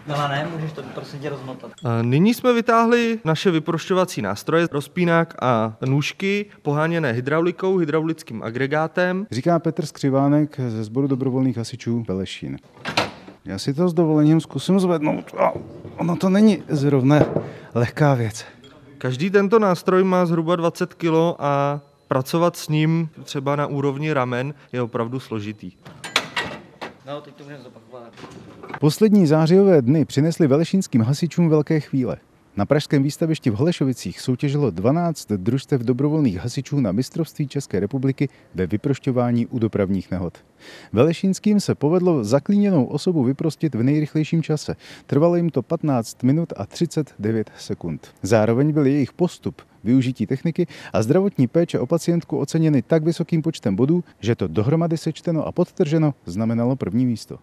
Milane, můžeš to prosím tě rozmotat. Nyní jsme vytáhli naše vyprošťovací nástroje, rozpínák a nůžky poháněné hydraulikou, hydraulickým agregátem. Říká Petr Skřivánek ze Sboru dobrovolných hasičů Velešín. Já si to s dovolením zkusím zvednout. Ono to není zrovna lehká věc. Každý tento nástroj má zhruba 20 kg a pracovat s ním třeba na úrovni ramen je opravdu složitý. No, teď to můžeme zopakovat. Poslední zářijové dny přinesly velešínským hasičům velké chvíle. Na pražském výstavišti v Holešovicích soutěžilo 12 družstev dobrovolných hasičů na mistrovství České republiky ve vyprošťování u dopravních nehod. Velešínským se povedlo zaklíněnou osobu vyprostit v nejrychlejším čase. Trvalo jim to 15 minut a 39 sekund. Zároveň byl jejich postup, využití techniky a zdravotní péče o pacientku oceněny tak vysokým počtem bodů, že to dohromady sečteno a podtrženo znamenalo první místo.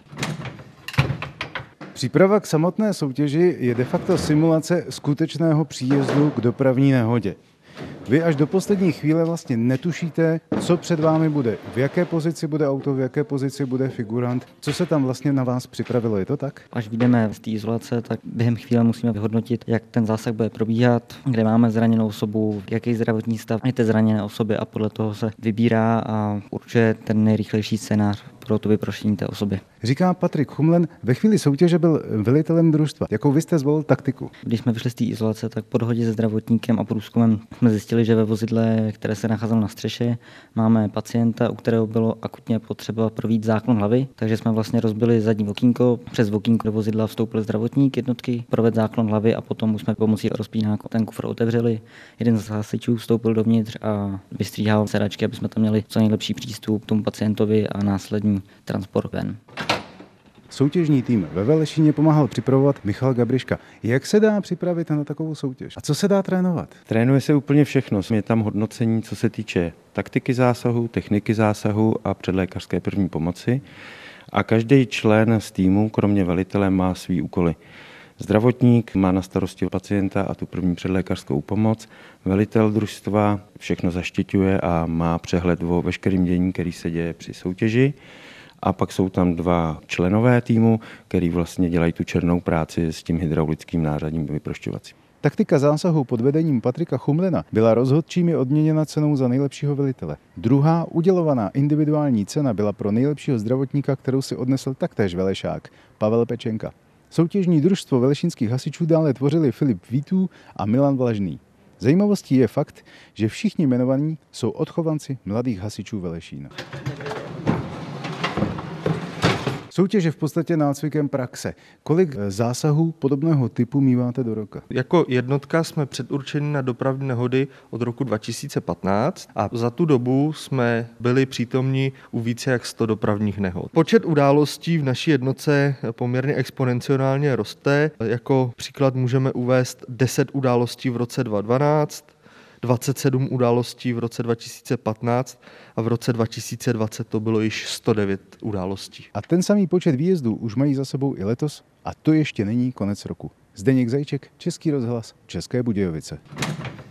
Příprava k samotné soutěži je de facto simulace skutečného příjezdu k dopravní nehodě. Vy až do poslední chvíle vlastně netušíte, co před vámi bude, v jaké pozici bude auto, v jaké pozici bude figurant, co se tam vlastně na vás připravilo, je to tak? Až vyjdeme z té izolace, tak během chvíle musíme vyhodnotit, jak ten zásah bude probíhat, kde máme zraněnou osobu, jaký zdravotní stav je té zraněné osoby a podle toho se vybírá a určuje ten nejrychlejší scénář pro to vyproštění té osoby. Říká Patrik Chumlen, ve chvíli soutěže byl velitelem družstva. Jakou vy jste zvolil taktiku? Když jsme vyšli z té izolace, tak po dohodě se zdravotníkem a průzkumem jsme zjistili, že ve vozidle, které se nacházelo na střeše, máme pacienta, u kterého bylo akutně potřeba provít záklon hlavy, takže jsme vlastně rozbili zadní okýnko, přes okýnko do vozidla vstoupil zdravotník jednotky, provedl záklon hlavy a potom už jsme pomocí rozpínáku ten kufr otevřeli. Jeden z hasičů vstoupil dovnitř a vystříhal sedačky, aby jsme tam měli co nejlepší přístup k tomu pacientovi a následní transport ven. Soutěžní tým ve Velešíně pomáhal připravovat Michal Gabriška. Jak se dá připravit na takovou soutěž? A co se dá trénovat? Trénuje se úplně všechno. Je tam hodnocení, co se týče taktiky zásahu, techniky zásahu a předlékařské první pomoci. A každý člen z týmu, kromě velitele, má svý úkoly. Zdravotník má na starosti pacienta a tu první předlékařskou pomoc. Velitel družstva všechno zaštiťuje a má přehled o veškerém dění, který se děje při soutěži. A pak jsou tam dva členové týmu, který vlastně dělají tu černou práci s tím hydraulickým nářadím vyprošťovacím. Taktika zásahu pod vedením Patrika Chumlena byla rozhodčími odměněna cenou za nejlepšího velitele. Druhá udělovaná individuální cena byla pro nejlepšího zdravotníka, kterou si odnesl taktéž velešák, Pavel Pečenka. Soutěžní družstvo velešínských hasičů dále tvořili Filip Vítů a Milan Vlažný. Zajímavostí je fakt, že všichni jmenovaní jsou odchovanci mladých hasičů Velešína. Soutěž je v podstatě nácvikem praxe. Kolik zásahů podobného typu míváte do roka? Jako jednotka jsme předurčeni na dopravní nehody od roku 2015 a za tu dobu jsme byli přítomni u více jak 100 dopravních nehod. Počet událostí v naší jednotce poměrně exponenciálně roste. Jako příklad můžeme uvést 10 událostí v roce 2012, 27 událostí v roce 2015 a v roce 2020 to bylo již 109 událostí. A ten samý počet výjezdů už mají za sebou i letos a to ještě není konec roku. Zdeněk Zajíček, Český rozhlas, České Budějovice.